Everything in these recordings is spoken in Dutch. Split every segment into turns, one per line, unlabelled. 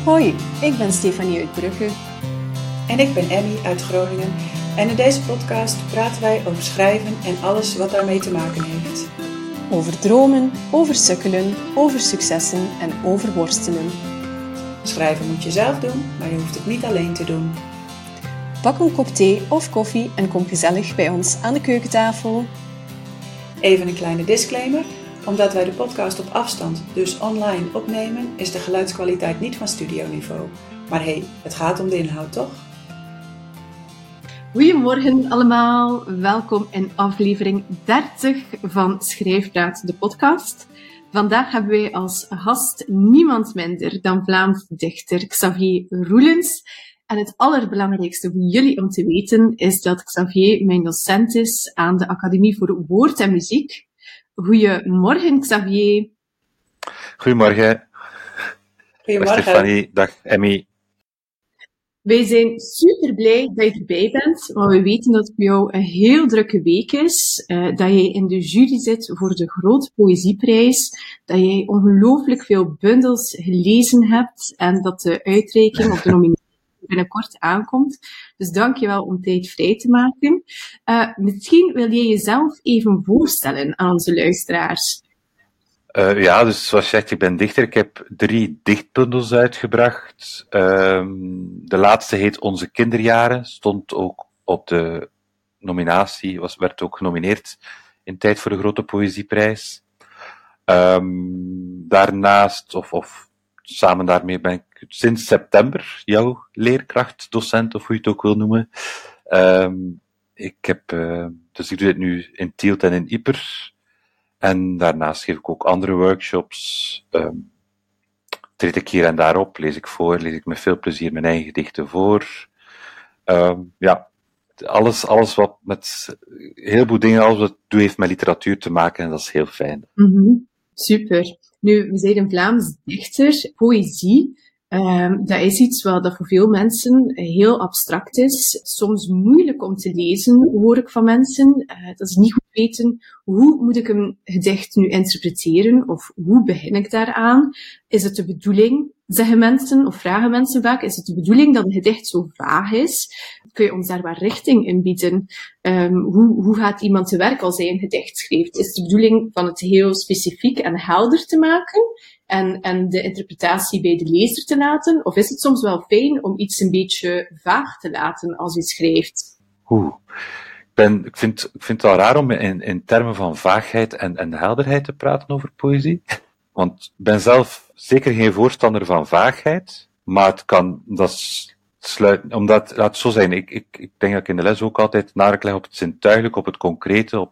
Hoi, ik ben Stefanie uit Brugge.
En ik ben Emmy uit Groningen. En in deze podcast praten wij over schrijven en alles wat daarmee te maken heeft.
Over dromen, over sukkelen, over successen en over worstelen.
Schrijven moet je zelf doen, maar je hoeft het niet alleen te doen.
Pak een kop thee of koffie en kom gezellig bij ons aan de keukentafel.
Even een kleine disclaimer. Omdat wij de podcast op afstand, dus online, opnemen, is de geluidskwaliteit niet van studioniveau. Maar hey, het gaat om de inhoud, toch?
Goedemorgen allemaal, welkom in aflevering 30 van Schrijfpraat, de podcast. Vandaag hebben wij als gast niemand minder dan Vlaams dichter Xavier Roelens. En het allerbelangrijkste voor jullie om te weten is dat Xavier mijn docent is aan de Academie voor Woord en Muziek. Goedemorgen Xavier.
Goedemorgen.
Goedemorgen.
Dag Stefanie, dag Emmy.
Wij zijn super blij dat je erbij bent, want we weten dat het voor jou een heel drukke week is, dat jij in de jury zit voor de Grote Poëzieprijs, dat jij ongelooflijk veel bundels gelezen hebt en dat de uitreiking of de nominatie binnenkort aankomt. Dus dank je wel om tijd vrij te maken. Misschien wil jij jezelf even voorstellen aan onze luisteraars.
Ja, dus zoals je zegt, ik ben dichter. Ik heb 3 dichtbundels uitgebracht. De laatste heet Onze Kinderjaren. Stond ook op de nominatie, werd ook genomineerd in tijd voor de Grote Poëzieprijs. Daarnaast, of samen daarmee ben ik sinds september jouw leerkracht, docent, of hoe je het ook wil noemen. Dus ik doe dit nu in Tielt en in Ieper. En daarnaast geef ik ook andere workshops. Treed ik hier en daar op, lees ik met veel plezier mijn eigen gedichten voor. Alles wat met een heleboel dingen, alles wat doe, heeft met literatuur te maken en dat is heel fijn.
Mm-hmm. Super. Nu, we zijn een Vlaams dichter. Poëzie, dat is iets wat voor veel mensen heel abstract is. Soms moeilijk om te lezen, hoor ik van mensen. Dat ze niet goed weten, hoe moet ik een gedicht nu interpreteren? Of hoe begin ik daaraan? Is het de bedoeling, zeggen mensen, of vragen mensen vaak, is het de bedoeling dat een gedicht zo vaag is? Kun je ons daar wat richting in bieden? Hoe gaat iemand te werk als hij een gedicht schrijft? Is het de bedoeling van het heel specifiek en helder te maken? En de interpretatie bij de lezer te laten? Of is het soms wel fijn om iets een beetje vaag te laten als je schrijft?
Ik vind het wel raar om in termen van vaagheid en helderheid te praten over poëzie. Want ik ben zelf zeker geen voorstander van vaagheid. Maar het kan, laat het zo zijn. Ik denk dat ik in de les ook altijd nadruk leg op het zintuigelijk, op het concrete,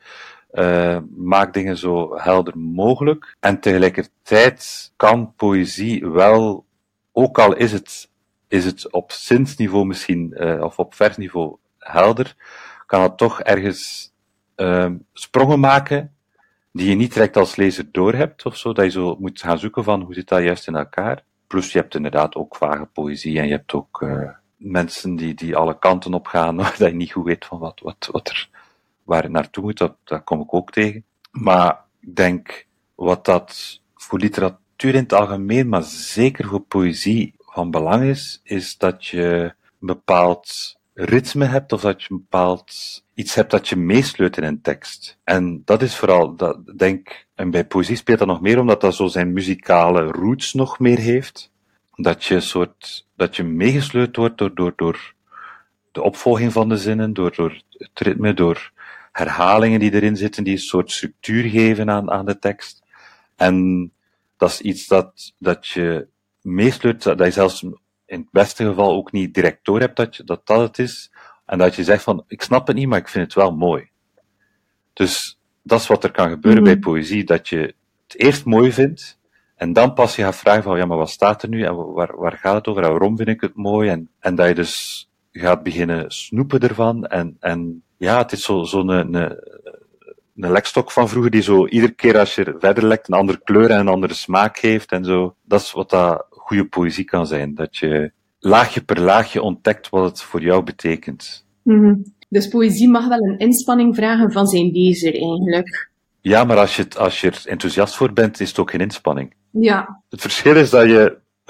maak dingen zo helder mogelijk. En tegelijkertijd kan poëzie wel, ook al is het op zinsniveau misschien, of op versniveau helder, kan het toch ergens sprongen maken die je niet direct als lezer doorhebt, of zo, dat je zo moet gaan zoeken van hoe zit dat juist in elkaar. Plus je hebt inderdaad ook vage poëzie en je hebt ook mensen die alle kanten op gaan, dat je niet goed weet van waar het naartoe moet, dat kom ik ook tegen. Maar ik denk, wat dat voor literatuur in het algemeen, maar zeker voor poëzie van belang is dat je een bepaald ritme hebt, of dat je een bepaald iets hebt dat je meesleurt in een tekst. En dat is vooral, en bij poëzie speelt dat nog meer, omdat dat zo zijn muzikale roots nog meer heeft. Dat je meegesleurd wordt door de opvolging van de zinnen, door het ritme, door herhalingen die erin zitten, die een soort structuur geven aan de tekst. En dat is iets dat je meesleurt, dat je zelfs in het beste geval ook niet direct doorhebt dat het is. En dat je zegt van, ik snap het niet, maar ik vind het wel mooi. Dus dat is wat er kan gebeuren bij poëzie, dat je het eerst mooi vindt, en dan pas je gaat vragen van, ja, maar wat staat er nu, en waar gaat het over, en waarom vind ik het mooi, en dat je dus gaat beginnen snoepen ervan, en ja, het is een lekstok van vroeger, die zo, iedere keer als je verder lekt, een andere kleur en een andere smaak geeft, en zo. Dat is wat dat goede poëzie kan zijn, dat je laagje per laagje ontdekt wat het voor jou betekent.
Mm-hmm. Dus poëzie mag wel een inspanning vragen van zijn lezer, eigenlijk.
Ja, maar als je er enthousiast voor bent, is het ook geen inspanning.
Ja.
Het verschil is dat je een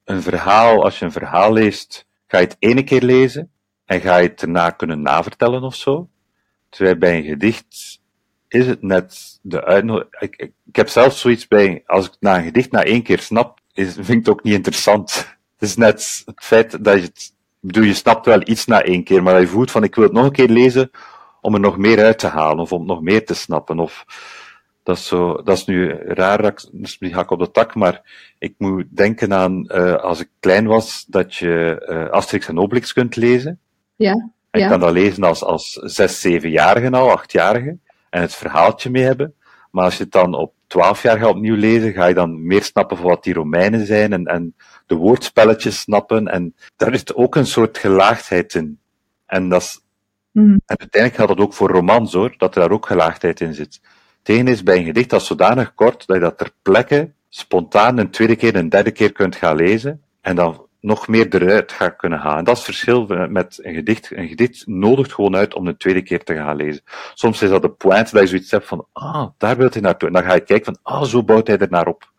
als je een verhaal leest, ga je het ene keer lezen en ga je het daarna kunnen navertellen of zo. Terwijl bij een gedicht is het net de uitnodiging. Ik heb zelf zoiets bij, als ik een gedicht na 1 keer snap, vind ik het ook niet interessant. Het is net het feit dat je snapt wel iets na 1 keer, maar dat je voelt van, ik wil het nog een keer lezen om er nog meer uit te halen, of om nog meer te snappen, of dat is nu raar, misschien ga ik op de tak, maar ik moet denken aan, als ik klein was, dat je Asterix en Obelix kunt lezen.
Ja.
En ik kan dat lezen als 6, 7-jarige al, 8-jarige, en het verhaaltje mee hebben. Maar als je het dan op 12 jaar gaat opnieuw lezen, ga je dan meer snappen van wat die Romeinen zijn, en de woordspelletjes snappen, en daar is ook een soort gelaagdheid in. En en uiteindelijk geldt dat ook voor romans, hoor, dat er daar ook gelaagdheid in zit. Het ene is bij een gedicht dat zodanig kort, dat je dat ter plekke spontaan een 2e keer, een 3e keer kunt gaan lezen, en dan nog meer eruit gaat kunnen halen. En dat is het verschil met een gedicht. Een gedicht nodigt gewoon uit om een 2e keer te gaan lezen. Soms is dat de pointe dat je zoiets hebt van, daar wil hij naartoe. En dan ga je kijken van, zo bouwt hij er naar op.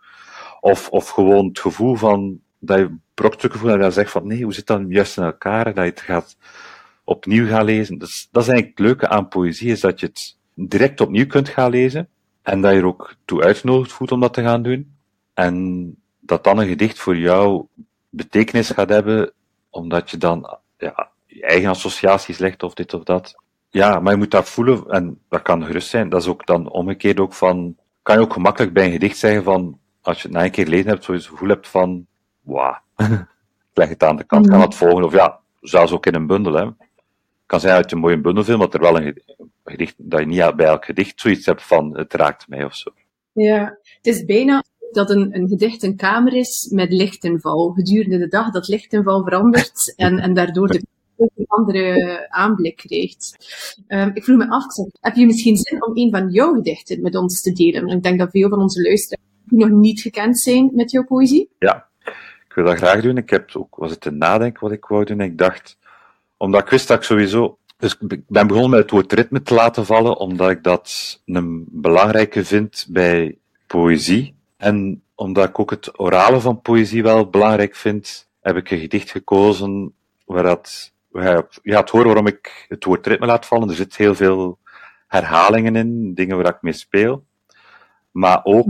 Of gewoon het gevoel van, dat je brokstukken voelt en dan zegt van, nee, hoe zit dat juist in elkaar? Dat je het gaat opnieuw gaan lezen. Dus, dat is eigenlijk het leuke aan poëzie, is dat je het direct opnieuw kunt gaan lezen. En dat je er ook toe uitgenodigd voelt om dat te gaan doen. En dat dan een gedicht voor jou betekenis gaat hebben, omdat je dan je eigen associaties legt, of dit of dat. Ja, maar je moet dat voelen, en dat kan gerust zijn. Dat is ook dan omgekeerd ook van, kan je ook gemakkelijk bij een gedicht zeggen van, als je het na 1 keer gelezen hebt, zo je het gevoel hebt van, wauw, leg het aan de kant, gaan het volgen, of zelfs ook in een bundel, hè. Het kan zijn uit een mooie bundel film, dat er wel een gedicht, dat je niet bij elk gedicht zoiets hebt van, het raakt mij, of zo.
Ja, het is bijna dat een gedicht een kamer is met lichtinval. Gedurende de dag dat lichtinval verandert en daardoor de een andere aanblik krijgt. Ik vroeg me af, heb je misschien zin om een van jouw gedichten met ons te delen? Ik denk dat veel van onze luisteraars die nog niet gekend zijn met jouw poëzie.
Ja, ik wil dat graag doen. Ik heb ook, was het te nadenken wat ik wou doen. Ik dacht, omdat ik wist dat ik sowieso... Dus ik ben begonnen met het woord ritme te laten vallen, omdat ik dat een belangrijke vind bij poëzie. En omdat ik ook het orale van poëzie wel belangrijk vind, heb ik een gedicht gekozen waar je gaat horen waarom ik het woord ritme laat vallen. Er zit heel veel herhalingen in, dingen waar ik mee speel. Maar ook,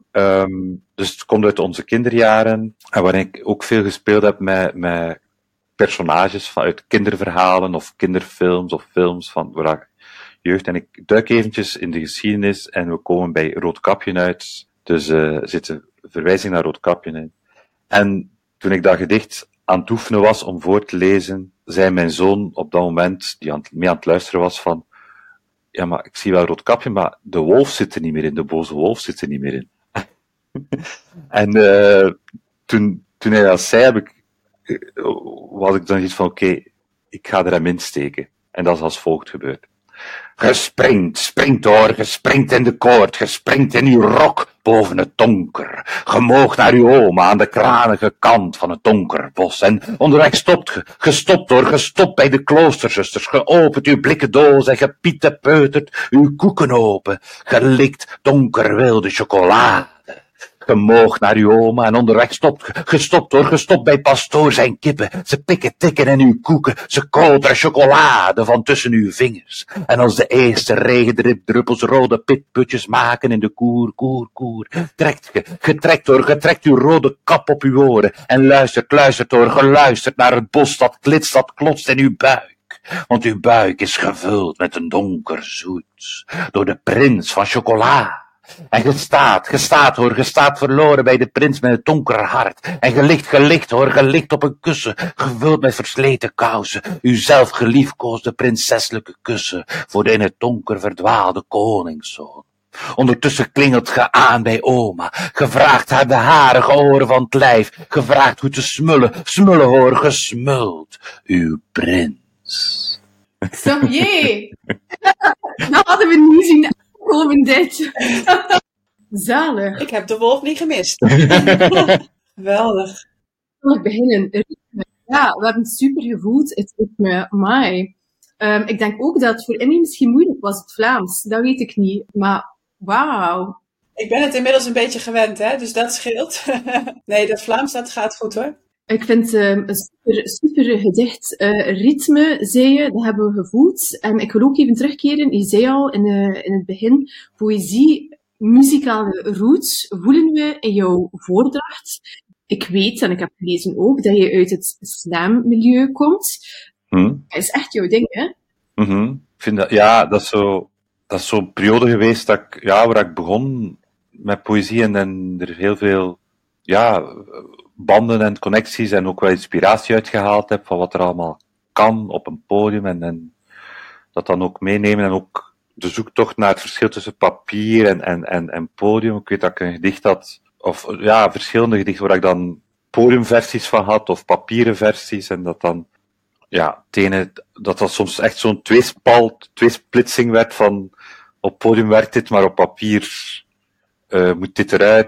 dus het komt uit onze kinderjaren, en waarin ik ook veel gespeeld heb met personages uit kinderverhalen of kinderfilms of films van waar jeugd. En ik duik eventjes in de geschiedenis en we komen bij Roodkapje uit. Dus er zit een verwijzing naar Roodkapje in. En toen ik dat gedicht aan het oefenen was om voor te lezen, zei mijn zoon op dat moment, die mee aan het luisteren was, van ja, maar ik zie wel Roodkapje, maar de wolf zit er niet meer in, de boze wolf zit er niet meer in. En toen hij dat zei, was ik dan iets van oké, ik ga er hem in steken. En dat is als volgt gebeurd. Springt door, springt in de koord, springt in uw rok boven het donker. Ge naar uw oma aan de kranige kant van het donker bos. En onderweg gestopt bij de kloosterzusters. Geopend uw blikken doos en gepietepeuterd uw koeken open. Gelikt donker wilde chocolade. Gemoog naar uw oma en onderweg gestopt bij pastoor zijn kippen. Ze pikken tikken in uw koeken, ze koteren chocolade van tussen uw vingers. En als de eerste regendruppels rode pitputjes maken in de koer, getrekt uw rode kap op uw oren. En geluisterd naar het bos dat klotst in uw buik. Want uw buik is gevuld met een donker zoet, door de prins van chocola. En ge staat verloren bij de prins met het donkere hart. En gelicht op een kussen, gevuld met versleten kousen. Uw zelf geliefkoosde prinseselijke kussen, voor de in het donker verdwaalde koningszoon. Ondertussen klingelt ge aan bij oma, gevraagd haar de harige oren van het lijf, gevraagd hoe te smullen hoor, gesmuld, uw prins.
Xavier! Nou hadden we niet zien komen dit. Zalig.
Ik heb de wolf niet gemist. Geweldig.
Ik beginnen. Ja, we hebben het super gevoeld. Het ritme, amai. Ik denk ook dat het voor Emmy misschien moeilijk was, het Vlaams. Dat weet ik niet. Maar wauw.
Ik ben het inmiddels een beetje gewend, hè? Dus dat scheelt. Nee, dat Vlaams, dat gaat goed hoor.
Ik vind een super gedicht ritme, zei je, dat hebben we gevoeld. En ik wil ook even terugkeren, je zei al in het begin, poëzie, muzikale roots, voelen we in jouw voordracht. Ik weet, en ik heb gelezen ook, dat je uit het slam-milieu komt. Dat is echt jouw ding, hè?
Ik vind dat, ja, dat is zo'n periode geweest waar ik begon met poëzie en er heel veel, banden en connecties en ook wel inspiratie uitgehaald heb van wat er allemaal kan op een podium en dat dan ook meenemen en ook de zoektocht naar het verschil tussen papier en podium. Ik weet dat ik een gedicht had, of verschillende gedichten waar ik dan podiumversies van had of papieren versies en dat dan dat soms echt zo'n tweesplitsing werd van op podium werkt dit, maar op papier moet dit eruit,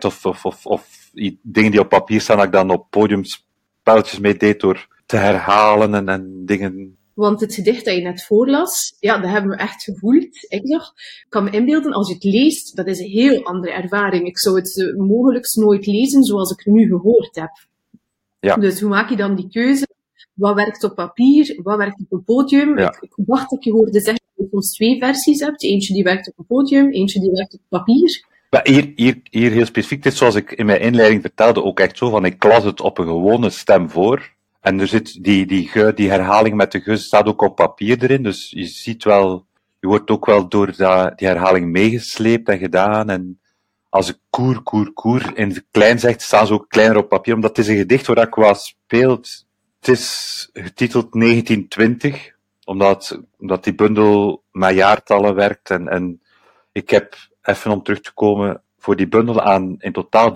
of dingen die op papier staan, dat ik dan op podium spelletjes mee deed door te herhalen en dingen.
Want het gedicht dat je net voorlas, dat hebben we echt gevoeld. Ik kan me inbeelden, als je het leest, dat is een heel andere ervaring. Ik zou het mogelijk nooit lezen zoals ik het nu gehoord heb.
Ja.
Dus hoe maak je dan die keuze? Wat werkt op papier? Wat werkt op een podium?
Ja.
Ik dacht dat je hoorde zeggen dat je soms 2 versies hebt. Eentje die werkt op een podium, eentje die werkt op papier.
Maar hier heel specifiek, dit zoals ik in mijn inleiding vertelde, ook echt zo van, ik las het op een gewone stem voor. En er zit die herhaling met de geus staat ook op papier erin, dus je ziet wel, je wordt ook wel door die herhaling meegesleept en gedaan. En als ik koer in het klein zegt, staan ze ook kleiner op papier, omdat het is een gedicht waar ik wat speelt. Het is getiteld 1920, omdat die bundel met jaartallen werkt. En ik heb, even om terug te komen, voor die bundel aan in totaal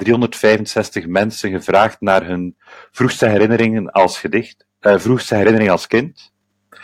365 mensen gevraagd naar hun vroegste herinneringen vroegste herinnering als kind.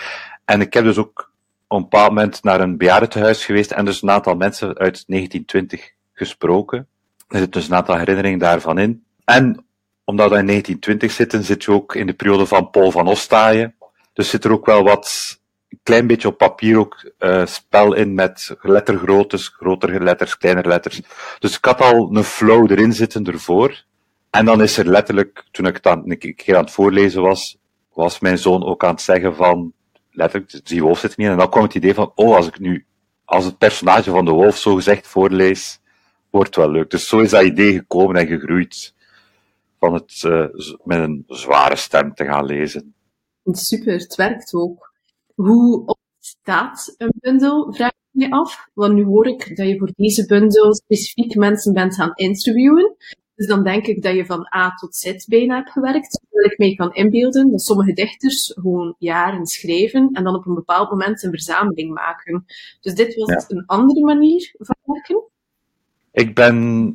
En ik heb dus ook op een bepaald moment naar een bejaardentehuis geweest en dus een aantal mensen uit 1920 gesproken. Er zitten dus een aantal herinneringen daarvan in. En omdat we in 1920 zitten, zit je ook in de periode van Paul van Ostaaien. Dus zit er ook wel een klein beetje op papier ook spel in met lettergroottes, grotere letters, kleinere letters. Dus ik had al een flow erin zitten ervoor. En dan is er letterlijk, toen ik het een keer aan het voorlezen was mijn zoon ook aan het zeggen van, letterlijk, die wolf zit er niet in. En dan kwam het idee van, als het personage van de wolf zo gezegd voorlees, wordt het wel leuk. Dus zo is dat idee gekomen en gegroeid. Van het met een zware stem te gaan lezen.
Super, het werkt ook. Hoe ontstaat een bundel, vraag ik me af. Want nu hoor ik dat je voor deze bundel specifiek mensen bent gaan interviewen. Dus dan denk ik dat je van A tot Z bijna hebt gewerkt. Terwijl ik mij kan inbeelden dat sommige dichters gewoon jaren schrijven en dan op een bepaald moment een verzameling maken. Dus dit was een andere manier van werken?
Ik ben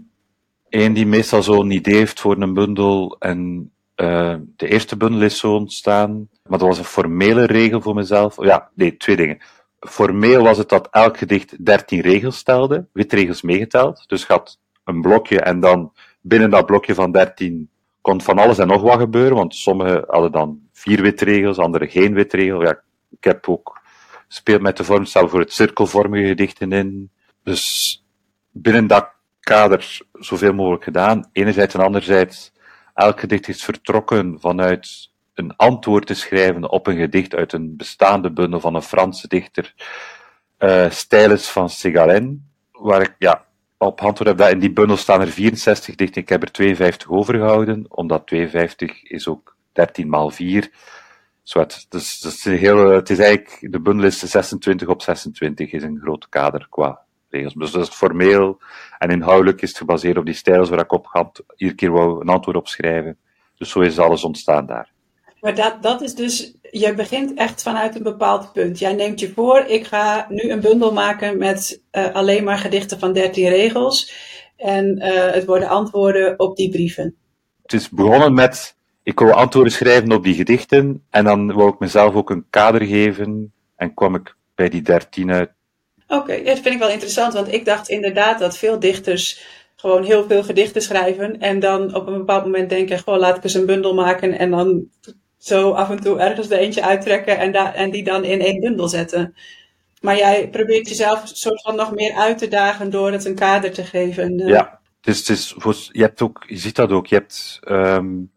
een die meestal zo'n idee heeft voor een bundel en de eerste bundel is zo ontstaan, maar dat was een formele regel voor mezelf. Nee, 2 dingen. Formeel was het dat elk gedicht 13 regels stelde, witregels meegeteld. Dus je had een blokje en dan binnen dat blokje van 13 kon van alles en nog wat gebeuren, want sommigen hadden dan 4 witregels, anderen geen witregel. Ja, ik heb ook gespeeld met de vorm, stel voor het cirkelvormige gedichten in. Dus binnen dat kader zoveel mogelijk gedaan. Enerzijds en anderzijds, elk gedicht is vertrokken vanuit een antwoord te schrijven op een gedicht uit een bestaande bundel van een Franse dichter, Stijles van Ségalène, waar ik op antwoord heb dat in die bundel staan er 64 gedichten. Ik heb er 52 overgehouden, omdat 52 is ook 13 maal 4. Dus het is eigenlijk, de bundel is 26 op 26, is een groot kader qua regels. Dus dat is formeel en inhoudelijk is het gebaseerd op die stijls waar ik op iedere keer wou een antwoord op schrijven. Dus zo is alles ontstaan daar.
Maar dat is dus, je begint echt vanuit een bepaald punt. Jij neemt je voor, ik ga nu een bundel maken met alleen maar gedichten van 13 regels. En het worden antwoorden op die brieven.
Het is begonnen met, ik wou antwoorden schrijven op die gedichten. En dan wou ik mezelf ook een kader geven. En kwam ik bij die 13 uit.
Oké, dat vind ik wel interessant. Want ik dacht inderdaad dat veel dichters gewoon heel veel gedichten schrijven. En dan op een bepaald moment denken, goh, laat ik eens een bundel maken. En dan zo af en toe ergens er eentje uittrekken en die dan in 1 bundel zetten. Maar jij probeert jezelf soort van nog meer uit te dagen door het een kader te geven.
Ja, dus je ziet dat ook. Je hebt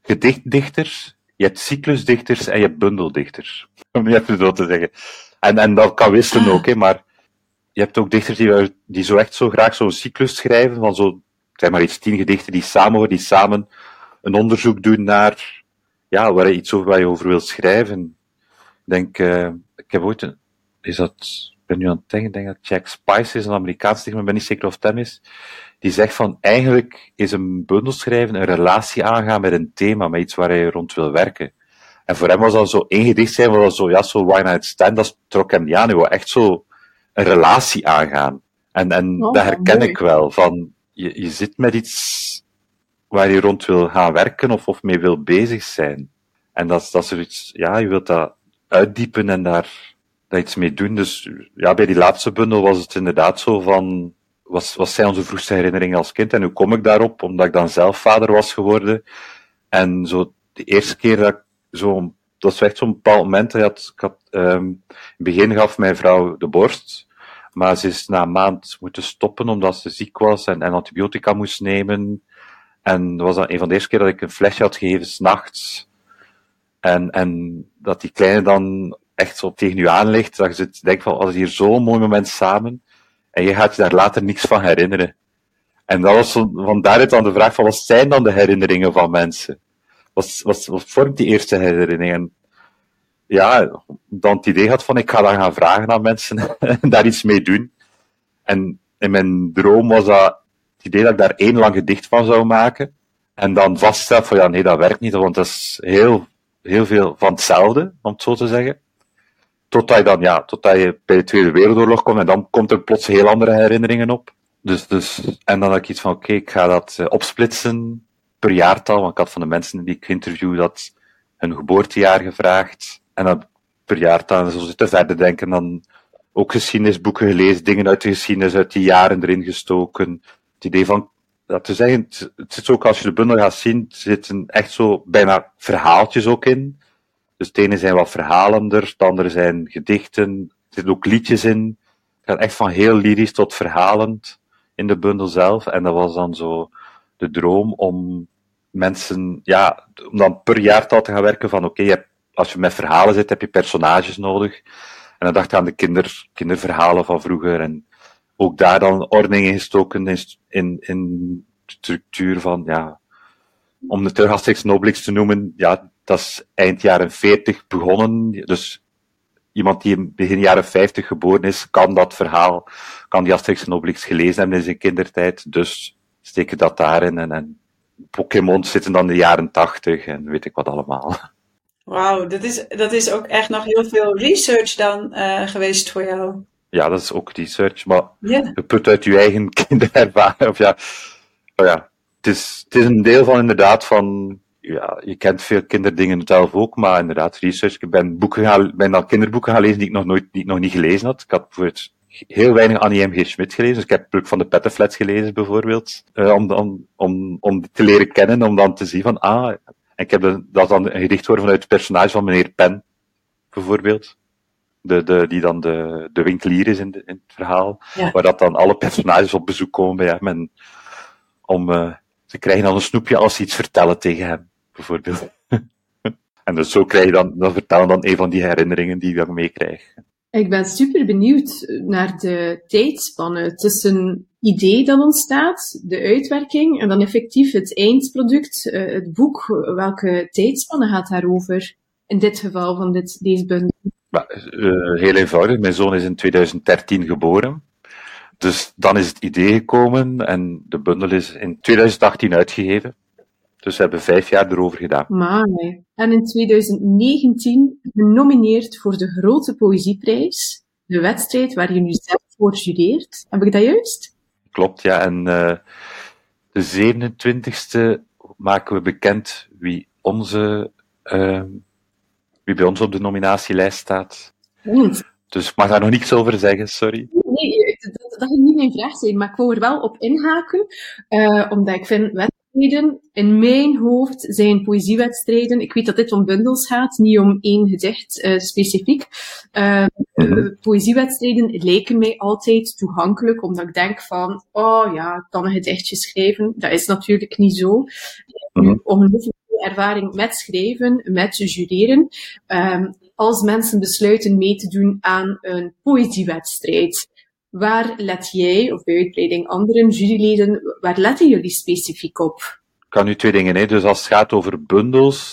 gedichtdichters, je hebt cyclusdichters en je hebt bundeldichters. Om het even zo te zeggen. En dat kan wisselen ook, hè, maar je hebt ook dichters die zo echt zo graag zo'n cyclus schrijven, van zo, zeg maar iets 10 gedichten die samen een onderzoek doen naar, ja, waar je over wil schrijven. Ik denk, ik heb ooit ik ben nu aan het denken, ik denk dat Jack Spice is, een Amerikaans dichter, maar ik ben niet zeker of het hem is, die zegt van, eigenlijk is een bundel schrijven een relatie aangaan met een thema, met iets waar hij rond wil werken. En voor hem was dat zo één gedicht zijn, was dat zo, ja, zo Why Not Stand, dat trok hem niet aan, hij wou echt zo een relatie aangaan. En dat herken ik wel, van, je zit met iets waar je rond wil gaan werken of mee wil bezig zijn. En dat is zoiets, ja, je wilt dat uitdiepen en daar iets mee doen. Dus ja, bij die laatste bundel was het inderdaad zo van, wat zijn onze vroegste herinneringen als kind? En hoe kom ik daarop? Omdat ik dan zelf vader was geworden. En zo, de eerste keer dat ik dat was echt zo'n bepaald moment, in het begin gaf mijn vrouw de borst, maar ze is na een maand moeten stoppen omdat ze ziek was en antibiotica moest nemen. En dat was dan een van de eerste keer dat ik een flesje had gegeven 's nachts. En dat die kleine dan echt zo tegen u aan ligt, dat je denkt van, als hier zo'n mooi moment samen, en je gaat je daar later niks van herinneren. En dat was van daaruit dan de vraag van, wat zijn dan de herinneringen van mensen? Wat vormt die eerste herinnering? En ja, dan het idee had van, ik ga dan gaan vragen aan mensen en daar iets mee doen. En in mijn droom was dat het idee dat ik daar 1 lang gedicht van zou maken. En dan vaststel van, ja, nee, dat werkt niet, want dat is heel veel van hetzelfde, om het zo te zeggen. Totdat je bij de Tweede Wereldoorlog komt, en dan komt er plots heel andere herinneringen op. En dan had ik iets van, oké, ik ga dat opsplitsen per jaartal, want ik had van de mensen die ik interview dat hun geboortejaar gevraagd. En dan per jaartal, en zo zitten verder denken, dan ook geschiedenisboeken gelezen, dingen uit de geschiedenis, uit die jaren erin gestoken. Het idee van, dat te zeggen, het zit ook, als je de bundel gaat zien, er zitten echt zo bijna verhaaltjes ook in. Dus het ene zijn wat verhalender, het andere zijn gedichten, er zitten ook liedjes in. Het gaat echt van heel lyrisch tot verhalend in de bundel zelf. En dat was dan zo de droom om mensen, ja, om dan per jaartal te gaan werken van, oké, als je met verhalen zit, heb je personages nodig. En dan dacht ik aan de kinderverhalen van vroeger. En ook daar dan ordening in gestoken in structuur van, ja, om de terug Asterix en Obelix te noemen, ja, dat is eind jaren 40 begonnen. Dus iemand die in begin jaren 50 geboren is, kan die Asterix en Obelix gelezen hebben in zijn kindertijd. Dus steken dat daarin. En Pokémon zitten dan in de jaren 80 en weet ik wat allemaal.
Wauw, dat is ook echt nog heel veel research dan geweest voor jou.
Ja, dat is ook research, maar je put uit je eigen kinderervaring. Of ja, het is een deel van inderdaad van, ja, je kent veel kinderdingen zelf ook, maar inderdaad research. Ik ben dan kinderboeken gaan lezen die ik nog niet gelezen had. Ik had bijvoorbeeld heel weinig Annie M.G. Schmidt gelezen, dus ik heb Pluk van de Pettenflats gelezen bijvoorbeeld, om die te leren kennen, om dan te zien van, en ik heb dat dan een gedicht horen vanuit het personage van meneer Pen, bijvoorbeeld. Die dan de winkelier is in het verhaal, ja. Waar dat dan alle personages op bezoek komen bij hem en ze krijgen dan een snoepje als ze iets vertellen tegen hem, bijvoorbeeld. En dus zo krijg je dan vertellen dan een van die herinneringen die je dan meekrijgt.
Ik ben super benieuwd naar de tijdspannen tussen idee dat ontstaat, de uitwerking, en dan effectief het eindproduct, het boek. Welke tijdspannen gaat daarover? In dit geval van deze bundel.
Heel eenvoudig. Mijn zoon is in 2013 geboren. Dus dan is het idee gekomen en de bundel is in 2018 uitgegeven. Dus we hebben 5 jaar erover gedaan.
Maar, en in 2019 genomineerd voor de Grote Poëzieprijs. De wedstrijd waar je nu zelf voor jureert. Heb ik dat juist?
Klopt, ja. En de 27e maken we bekend wie bij ons op de nominatielijst staat. Dus ik mag daar nog niets over zeggen, sorry.
Nee, dat ging niet mijn vraag zijn, maar ik wou er wel op inhaken, omdat ik vind wedstrijden, in mijn hoofd zijn poëziewedstrijden, ik weet dat dit om bundels gaat, niet om één gedicht specifiek. Poëziewedstrijden lijken mij altijd toegankelijk, omdat ik denk van, ik kan een gedichtje schrijven. Dat is natuurlijk niet zo. Ongelooflijk veel ervaring met schrijven, met jureren. Als mensen besluiten mee te doen aan een poëziewedstrijd, waar let jij, of bij uitbreiding andere juryleden, waar letten jullie specifiek op?
Ik kan nu 2 dingen, hè. Dus als het gaat over bundels,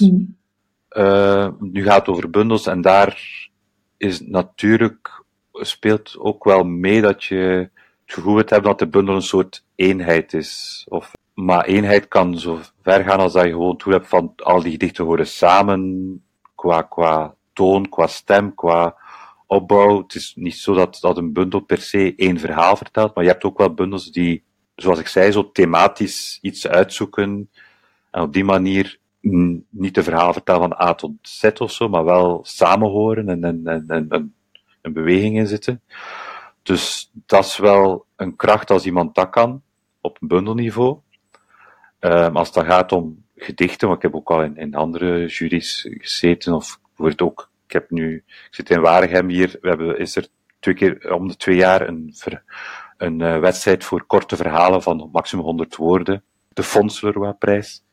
nu gaat het over bundels, en daar is natuurlijk, speelt ook wel mee dat je het gevoel wilt hebben dat de bundel een soort eenheid is. Maar eenheid kan zo ver gaan als dat je gewoon toe hebt van al die gedichten horen samen, qua toon, qua stem, qua opbouw. Het is niet zo dat een bundel per se één verhaal vertelt, maar je hebt ook wel bundels die, zoals ik zei, zo thematisch iets uitzoeken en op die manier niet de verhaal vertellen van A tot Z of zo, maar wel samenhoren en een beweging in zitten. Dus dat is wel een kracht als iemand dat kan, op een bundelniveau. Als het dan gaat om gedichten, want ik heb ook al in andere juries gezeten, of bijvoorbeeld ook, ik zit in Waregem hier, is er 2 keer om de 2 jaar een wedstrijd voor korte verhalen van maximum 100 woorden. De Fons Leroy-prijs.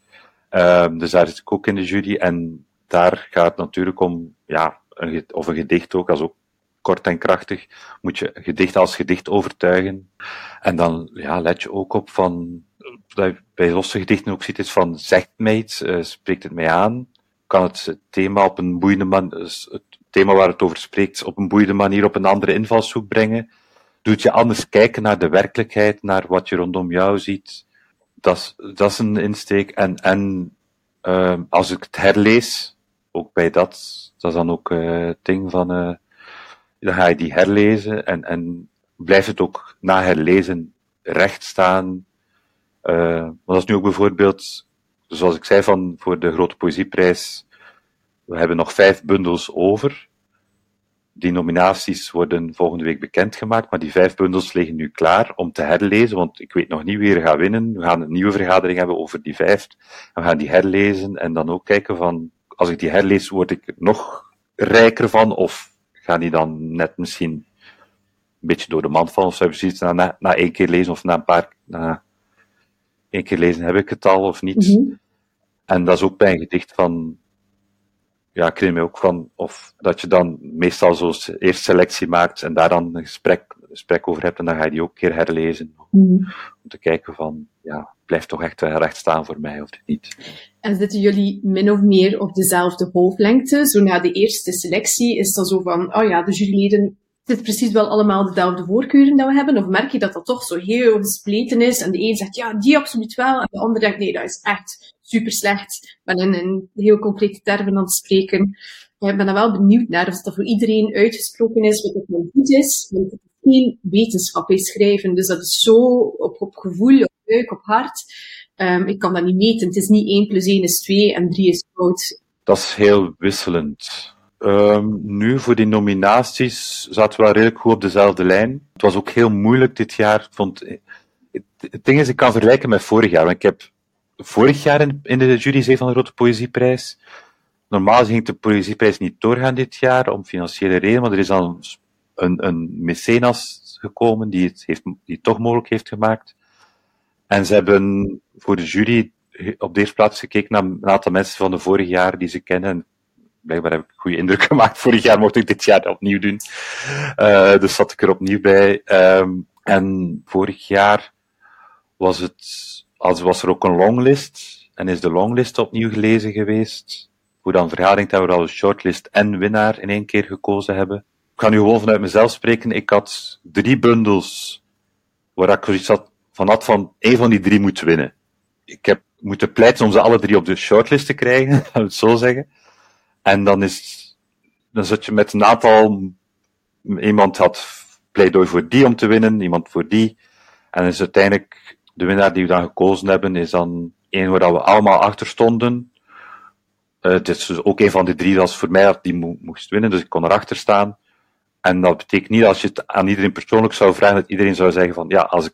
Dus daar zit ik ook in de jury, en daar gaat het natuurlijk om, een gedicht ook, als ook kort en krachtig, moet je een gedicht als gedicht overtuigen. En dan let je ook op van, dat je bij losse gedichten ook ziet, is van, zegt mij iets, spreekt het mij aan, kan het thema op een boeiende manier, het thema waar het over spreekt, op een boeiende manier op een andere invalshoek brengen, doet je anders kijken naar de werkelijkheid, naar wat je rondom jou ziet. Dat is een insteek. En als ik het herlees, ook bij dat is dan ook het ding van, dan ga je die herlezen en blijft het ook na herlezen recht staan. Want dat is nu ook bijvoorbeeld, zoals ik zei, voor de Grote Poëzieprijs, we hebben nog 5 bundels over. Die nominaties worden volgende week bekendgemaakt, maar die 5 bundels liggen nu klaar om te herlezen, want ik weet nog niet wie er gaat winnen. We gaan een nieuwe vergadering hebben over die 5. En we gaan die herlezen en dan ook kijken van, als ik die herlees, word ik er nog rijker van, of gaan die dan net misschien een beetje door de mand vallen, of zou je precies na 1 keer lezen, of na 1 keer lezen heb ik het al, of niet.
Mm-hmm.
En dat is ook bij een gedicht van, ik herinner me ook van, of dat je dan meestal zo eerst selectie maakt en daar dan een gesprek over hebt en dan ga je die ook een keer herlezen. Om te kijken van, blijft toch echt recht staan voor mij of niet.
En zitten jullie min of meer op dezelfde golflengte? Zo na de eerste selectie is dat zo van, de juryleden zitten precies wel allemaal dezelfde voorkeuren dat we hebben? Of merk je dat dat toch zo heel gespleten is en de een zegt, die absoluut wel, en de ander denkt, nee, dat is echt super slecht. Ik ben in heel concrete termen aan het spreken. Ik ben dan wel benieuwd naar of dat voor iedereen uitgesproken is wat het wel goed is, want het is geen wetenschap is schrijven, dus dat is zo op gevoel, op buik, op hart. Ik kan dat niet meten. Het is niet 1 + 1 is 2 en 3 is fout.
Dat is heel wisselend. Nu, voor die nominaties, zaten we wel redelijk goed op dezelfde lijn. Het was ook heel moeilijk dit jaar. Het ding is, ik kan vergelijken met vorig jaar. Want ik heb vorig jaar in de jury gezeten van de Grote Poëzieprijs. Normaal ging de Poëzieprijs niet doorgaan dit jaar, om financiële redenen, maar er is dan een mecenas gekomen die het toch mogelijk heeft gemaakt. En ze hebben voor de jury op de eerste plaats gekeken naar een aantal mensen van de vorige jaar die ze kennen. En blijkbaar heb ik een goede indruk gemaakt. Vorig jaar mocht ik dit jaar opnieuw doen. Dus zat ik er opnieuw bij. En vorig jaar was er ook een longlist. En is de longlist opnieuw gelezen geweest. Voor dan vergadering dat we al een shortlist en winnaar in 1 keer gekozen hebben. Ik ga nu gewoon vanuit mezelf spreken. Ik had 3 bundels waar ik zoiets had van 1 van die 3 moet winnen. Ik heb moeten pleiten om ze alle 3 op de shortlist te krijgen, laten we het zo zeggen. En dan zat je met een aantal, iemand had pleidooi voor die om te winnen, iemand voor die. En is uiteindelijk, de winnaar die we dan gekozen hebben, is dan 1 waar we allemaal achter stonden. Het is dus ook 1 van de 3, dat was voor mij dat die moest winnen, dus ik kon erachter staan. En dat betekent niet, als je het aan iedereen persoonlijk zou vragen, dat iedereen zou zeggen van,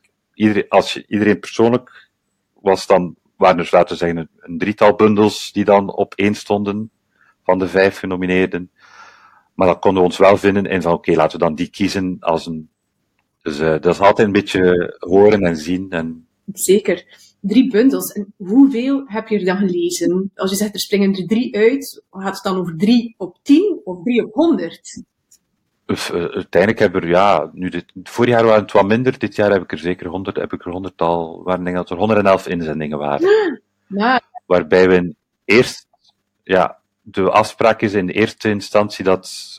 als je iedereen persoonlijk was, dan waren er, laten we zeggen, een 3-tal bundels die dan op 1 stonden van de 5 genomineerden. Maar dan konden we ons wel vinden in van, oké, laten we dan die kiezen als een... Dus dat is altijd een beetje horen en zien.
Zeker. 3 bundels. En hoeveel heb je er dan gelezen? Als je zegt, er springen er 3 uit, gaat het dan over 3 op 10 of 3 op 100?
Uiteindelijk heb ik er, vorig jaar waren het wat minder, dit jaar heb ik er zeker 100 al, waar ik denk dat er 111 inzendingen waren.
Ja.
Waarbij we de afspraak is in de eerste instantie dat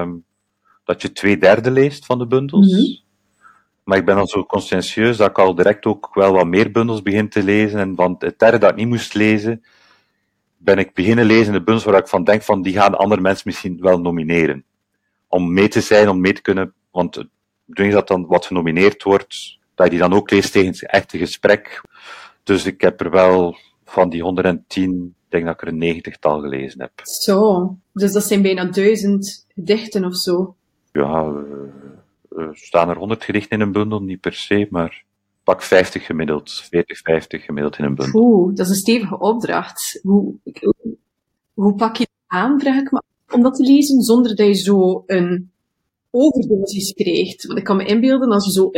je 2/3 leest van de bundels. Mm-hmm. Maar ik ben dan zo conscientieus dat ik al direct ook wel wat meer bundels begin te lezen. En van het derde dat ik niet moest lezen, ben ik beginnen lezen de bundels waar ik van denk van die gaan andere mensen misschien wel nomineren. Om mee te zijn, om mee te kunnen, want de bedoeling is dat dan wat genomineerd wordt, dat je die dan ook leest tegen het echte gesprek. Dus ik heb er wel van die 110, ik denk dat ik er een 90-tal gelezen heb.
Zo, dus dat zijn bijna 1000 gedichten of zo.
Ja, staan er 100 gedichten in een bundel, niet per se, maar pak 50 gemiddeld, 40, 50 gemiddeld in een bundel.
Oeh, dat is een stevige opdracht. Hoe pak je dat aan, vraag ik me, om dat te lezen, zonder dat je zo een overdosis krijgt? Want ik kan me inbeelden, als je zo...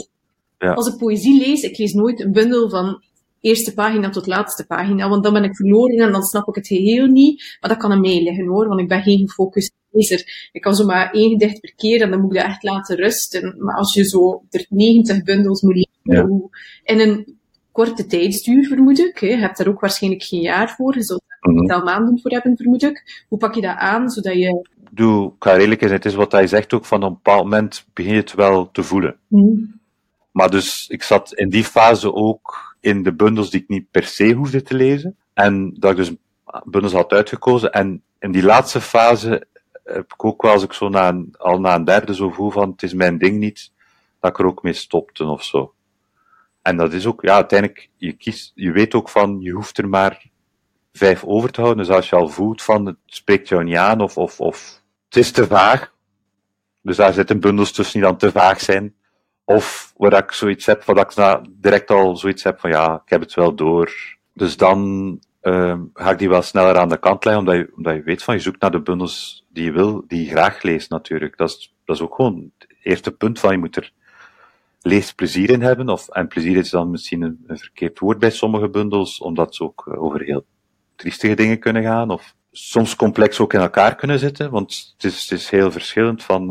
Als ik poëzie lees, ik lees nooit een bundel van eerste pagina tot laatste pagina, want dan ben ik verloren en dan snap ik het geheel niet. Maar dat kan aan mij liggen, hoor, want ik ben geen gefocust lezer. Ik kan zo maar 1 gedicht per keer en dan moet ik dat echt laten rusten. Maar als je zo 90 bundels moet lezen, in een korte tijdsduur, vermoed ik, je hebt daar ook waarschijnlijk geen jaar voor, je zult er niet al maanden voor hebben, vermoed ik. Hoe pak je dat aan, zodat je...
Ik ga redelijk zijn, het is wat hij zegt ook, van op een bepaald moment begin je het wel te voelen. Maar dus, ik zat in die fase ook in de bundels die ik niet per se hoefde te lezen. En dat ik dus bundels had uitgekozen. En in die laatste fase heb ik ook wel, als ik zo al na een derde zo voel van, het is mijn ding niet, dat ik er ook mee stopte of zo. En dat is ook, uiteindelijk, je weet ook van, je hoeft er maar 5 over te houden. Dus als je al voelt van, het spreekt jou niet aan, of het is te vaag. Dus daar zitten bundels tussen die dan te vaag zijn. Of waar ik zoiets heb, waar ik direct al zoiets heb van, ik heb het wel door. Dus dan ga ik die wel sneller aan de kant leggen, omdat je weet van, je zoekt naar de bundels die je wil, die je graag leest natuurlijk. Dat is ook gewoon het eerste punt van, je moet er leesplezier in hebben. En plezier is dan misschien een verkeerd woord bij sommige bundels, omdat ze ook over heel triestige dingen kunnen gaan, of soms complex ook in elkaar kunnen zitten, want het is heel verschillend van,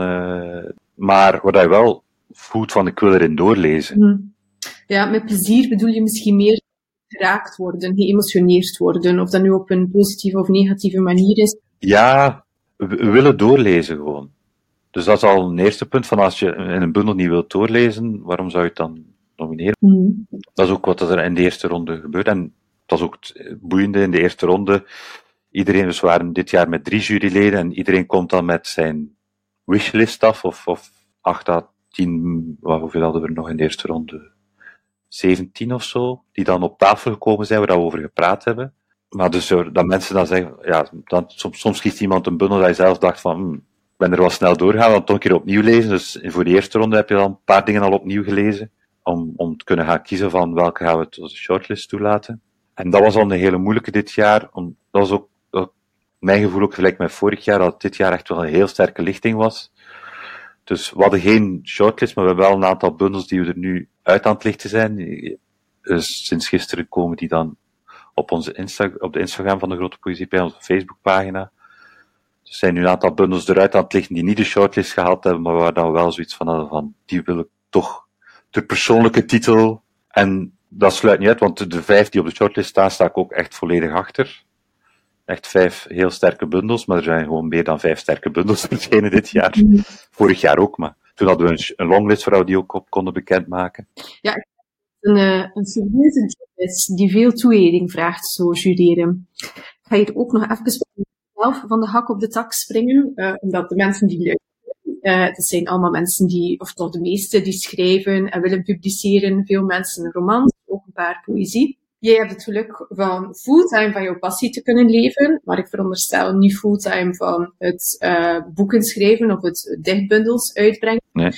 maar wat je wel voelt van, ik wil erin doorlezen.
Ja, met plezier bedoel je misschien meer geraakt worden, geëmotioneerd worden, of dat nu op een positieve of negatieve manier is.
Ja, we willen doorlezen gewoon. Dus dat is al een eerste punt, van als je in een bundel niet wilt doorlezen, waarom zou je het dan nomineren? Dat is ook wat er in de eerste ronde gebeurt, en dat is ook het boeiende in de eerste ronde. We waren dit jaar met 3 juryleden, en iedereen komt dan met zijn wishlist af, of 8 à 10, hoeveel hadden we nog in de eerste ronde? 17 of zo, die dan op tafel gekomen zijn, waar we over gepraat hebben. Maar dus dat mensen dan zeggen, soms kiest iemand een bundel dat je zelf dacht van, ik ben er wel snel doorgaan, dan toch een keer opnieuw lezen. Dus voor de eerste ronde heb je dan een paar dingen al opnieuw gelezen, om te kunnen gaan kiezen van welke gaan we tot de shortlist toelaten. En dat was al een hele moeilijke dit jaar, dat was ook mijn gevoel ook gelijk met vorig jaar, dat dit jaar echt wel een heel sterke lichting was. Dus we hadden geen shortlist, maar we hebben wel een aantal bundels die we er nu uit aan het lichten zijn. Dus sinds gisteren komen die dan op de Instagram van de Grote Poëzie bij onze Facebookpagina. Dus er zijn nu een aantal bundels eruit aan het lichten die niet de shortlist gehaald hebben, maar waar dan we wel zoiets van hadden van, die wil ik toch de persoonlijke titel. En dat sluit niet uit, want de 5 die op de shortlist staan, sta ik ook echt volledig achter. Echt 5 heel sterke bundels, maar er zijn gewoon meer dan 5 sterke bundels verschenen dit jaar. Vorig jaar ook, maar toen hadden we een longlist waar we die ook op konden bekendmaken.
Ja, een serieuze job is die veel toewijding vraagt, zo jureren. Ga je er ook nog even zelf van de hak op de tak springen? Omdat de mensen die luisteren, dat zijn allemaal mensen die, of toch de meeste, die schrijven en willen publiceren. Veel mensen romans, ook een paar poëzie. Jij hebt het geluk van fulltime van jouw passie te kunnen leven, maar ik veronderstel niet fulltime van het boeken schrijven of het dichtbundels uitbrengen.
Nee.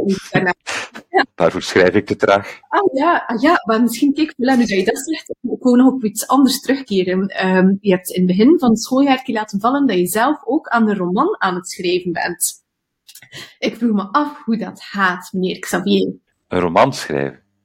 Daarvoor schrijf ik te traag.
Ja, maar misschien kijk, nu dat je dat zegt, ik wil nog op iets anders terugkeren. Je hebt in het begin van het schooljaar laten vallen dat je zelf ook aan een roman aan het schrijven bent. Ik vroeg me af hoe dat gaat, meneer Xavier.
Een roman schrijven?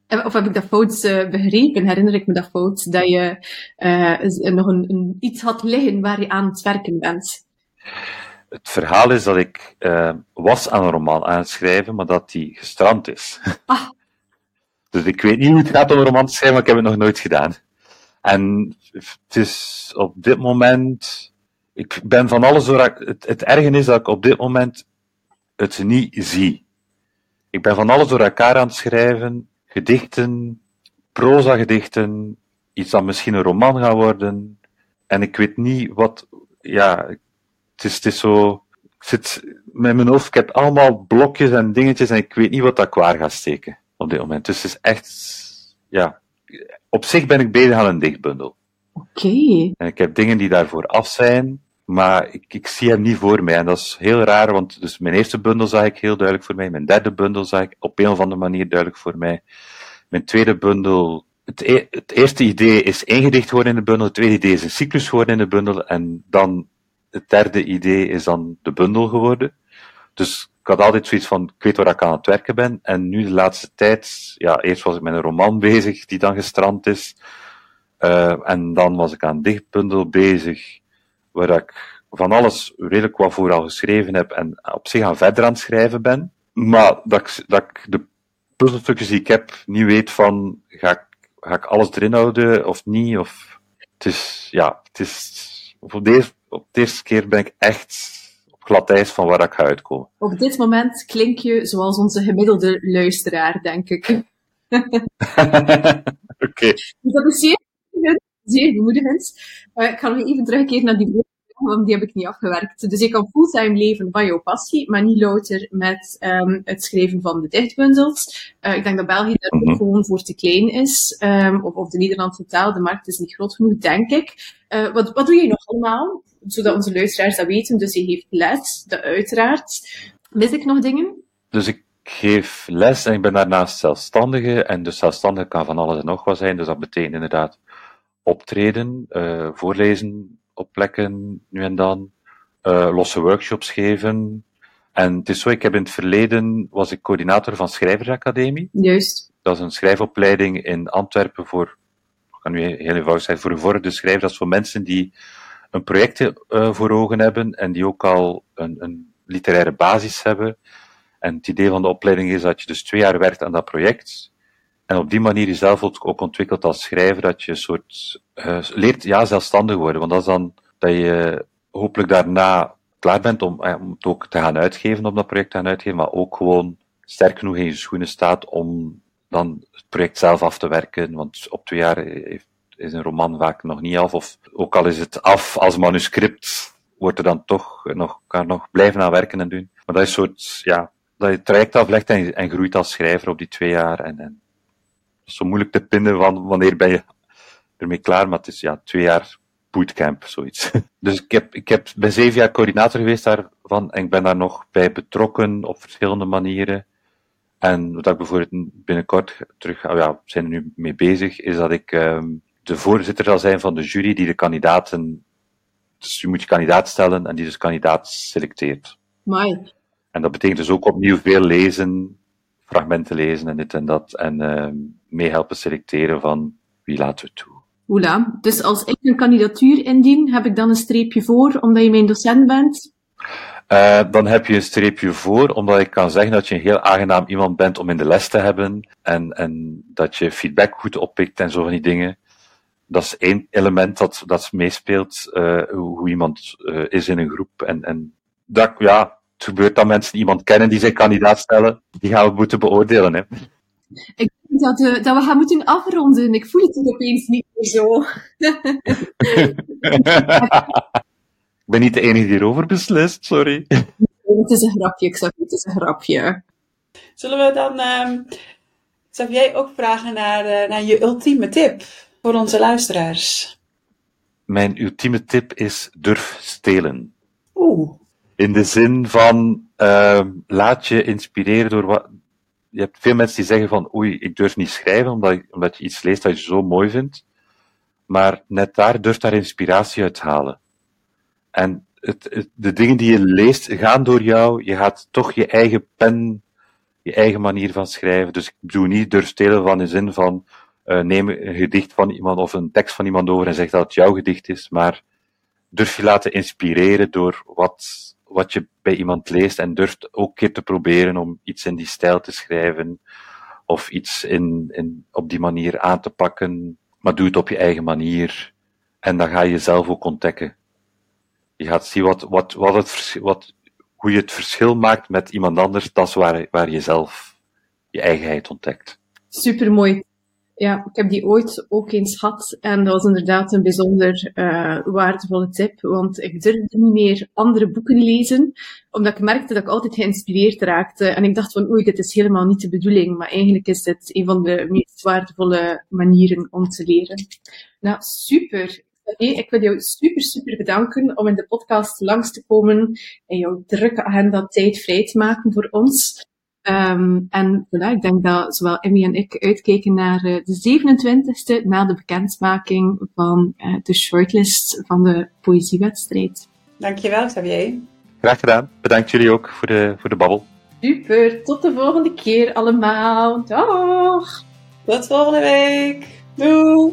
Of heb ik dat fout begrepen? Herinner ik me dat fout? Dat je nog iets had liggen waar je aan het werken bent?
Het verhaal is dat ik was aan een roman aan het schrijven, maar dat die gestrand is.
Ah.
Dus ik weet niet hoe het gaat om een roman te schrijven, maar ik heb het nog nooit gedaan. En het is op dit moment... Ik ben van alles... Het erge is dat ik op dit moment het niet zie. Ik ben van alles door elkaar aan het schrijven. Gedichten, proza-gedichten, iets dat misschien een roman gaat worden. En ik weet niet wat... Ja, het is zo... Ik zit met mijn hoofd, ik heb allemaal blokjes en dingetjes en ik weet niet wat dat ik waar ga steken op dit moment. Dus het is echt... Ja, op zich ben ik bezig aan een dichtbundel.
Oké.
En ik heb dingen die daarvoor af zijn, maar ik zie hem niet voor mij. En dat is heel raar, want dus mijn eerste bundel zag ik heel duidelijk voor mij. Mijn derde bundel zag ik op een of andere manier duidelijk voor mij. Mijn tweede bundel... Het eerste idee is één gedicht geworden in de bundel, het tweede idee is een cyclus geworden in de bundel, en dan het derde idee is dan de bundel geworden. Dus ik had altijd zoiets van, ik weet waar ik aan het werken ben. En nu de laatste tijd, ja, eerst was ik met een roman bezig, die dan gestrand is. En dan was ik aan een dichtbundel bezig, waar ik van alles redelijk wat voor al geschreven heb en op zich aan verder aan het schrijven ben. Maar dat ik de puzzelstukjes die ik heb niet weet van, ga ik alles erin houden of niet? Of, het is, op de eerste keer ben ik echt op glad ijs van waar ik ga uitkomen.
Op dit moment klink je zoals onze gemiddelde luisteraar, denk ik.
Oké.
Dat is zeer bemoedigend. Ik ga nog even terugkeren naar die vraag, want die heb ik niet afgewerkt. Dus je kan fulltime leven van jouw passie, maar niet louter met het schrijven van de dichtbundels. Ik denk dat België daar ook gewoon voor te klein is. Of de Nederlandse taal, de markt is niet groot genoeg, denk ik. Wat doe je nog allemaal? Zodat onze luisteraars dat weten. Dus je geeft les, dat uiteraard. Mis ik nog dingen?
Dus ik geef les en ik ben daarnaast zelfstandige. En dus zelfstandige kan van alles en nog wat zijn. Dus dat betekent inderdaad optreden, voorlezen op plekken, nu en dan, losse workshops geven. En het is zo, ik heb in het verleden, was ik coördinator van Schrijversacademie.
Juist.
Dat is een schrijfopleiding in Antwerpen voor, ik kan nu heel eenvoudig zeggen, voor gevorderde schrijvers. Dat is voor mensen die een project voor ogen hebben en die ook al een literaire basis hebben. En het idee van de opleiding is dat je dus 2 jaar werkt aan dat project. En op die manier jezelf ook ontwikkelt als schrijver, dat je een soort leert zelfstandig worden. Want dat is dan dat je hopelijk daarna klaar bent om het ook te gaan uitgeven, op dat project te gaan uitgeven, maar ook gewoon sterk genoeg in je schoenen staat om dan het project zelf af te werken. Want op 2 jaar is een roman vaak nog niet af, of ook al is het af als manuscript, wordt er dan toch kan nog blijven aan werken en doen. Maar dat is een soort, dat je het traject aflegt en groeit als schrijver op die 2 jaar. En het is zo moeilijk te pinnen van wanneer ben je ermee klaar, maar het is 2 jaar bootcamp, zoiets. Dus ik ben 7 jaar coördinator geweest daarvan en ik ben daar nog bij betrokken op verschillende manieren. En wat ik bijvoorbeeld binnenkort zijn er nu mee bezig, is dat ik de voorzitter zal zijn van de jury die de kandidaten, dus je moet je kandidaat stellen en die dus kandidaat selecteert.
Mooi.
En dat betekent dus ook opnieuw veel lezen, fragmenten lezen en dit en dat, en meehelpen selecteren van wie laten we toe.
Oela, dus als ik een kandidatuur indien, heb ik dan een streepje voor, omdat je mijn docent bent?
Dan heb je een streepje voor, omdat ik kan zeggen dat je een heel aangenaam iemand bent om in de les te hebben, en dat je feedback goed oppikt en zo van die dingen. Dat is 1 element dat meespeelt, hoe iemand is in een groep. En dat, het gebeurt dat mensen iemand kennen die zich kandidaat stellen, die gaan we moeten beoordelen. Hè.
Ik denk dat we gaan moeten afronden. Ik voel het hier opeens niet meer zo.
Ik ben niet de enige die erover beslist, sorry.
Het is een grapje, Xavier, het is een grapje.
Zullen we dan, Xavier, ook vragen naar je ultieme tip voor onze luisteraars?
Mijn ultieme tip is durf stelen.
Oeh.
In de zin van, laat je inspireren door wat... Je hebt veel mensen die zeggen van, oei, ik durf niet schrijven, omdat je iets leest dat je zo mooi vindt. Maar net durf daar inspiratie uit halen. En de dingen die je leest, gaan door jou. Je gaat toch je eigen pen, je eigen manier van schrijven. Dus ik bedoel niet durf stelen van de zin van neem een gedicht van iemand of een tekst van iemand over en zeg dat het jouw gedicht is, maar durf je laten inspireren door wat je bij iemand leest en durft ook een keer te proberen om iets in die stijl te schrijven of iets op die manier aan te pakken, maar doe het op je eigen manier en dan ga je jezelf ook ontdekken. Je gaat zien hoe je het verschil maakt met iemand anders, dat is waar je zelf je eigenheid ontdekt.
Supermooi. Ja, ik heb die ooit ook eens gehad en dat was inderdaad een bijzonder waardevolle tip, want ik durfde niet meer andere boeken lezen, omdat ik merkte dat ik altijd geïnspireerd raakte en ik dacht van oei, dit is helemaal niet de bedoeling, maar eigenlijk is dit een van de meest waardevolle manieren om te leren. Nou, super. Ik wil jou super bedanken om in de podcast langs te komen en jouw drukke agenda tijd vrij te maken voor ons. En voilà, ik denk dat zowel Emmy en ik uitkijken naar de 27e, na de bekendmaking van de shortlist van de poëziewedstrijd.
Dankjewel, Xavier.
Graag gedaan. Bedankt jullie ook voor de babbel.
Super, tot de volgende keer allemaal. Dag!
Tot volgende week. Doei!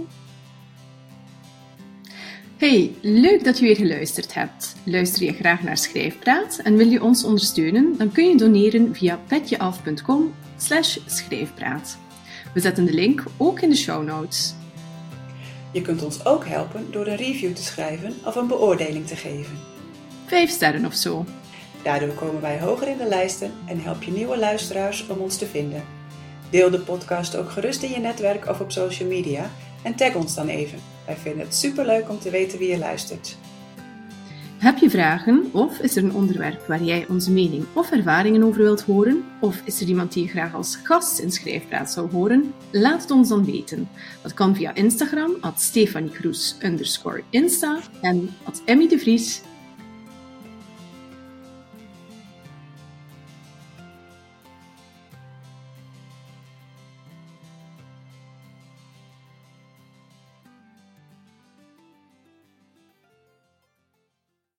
Hey, leuk dat je weer geluisterd hebt. Luister je graag naar Schrijfpraat en wil je ons ondersteunen? Dan kun je doneren via petjeaf.com/schrijfpraat. We zetten de link ook in de show notes.
Je kunt ons ook helpen door een review te schrijven of een beoordeling te geven.
5 sterren of zo.
Daardoor komen wij hoger in de lijsten en help je nieuwe luisteraars om ons te vinden. Deel de podcast ook gerust in je netwerk of op social media en tag ons dan even. Wij vinden het superleuk om te weten wie je luistert.
Heb je vragen of is er een onderwerp waar jij onze mening of ervaringen over wilt horen? Of is er iemand die je graag als gast in Schrijfpraat zou horen? Laat het ons dan weten. Dat kan via Instagram @Stefaniekroes_Insta en @EmmyDeVries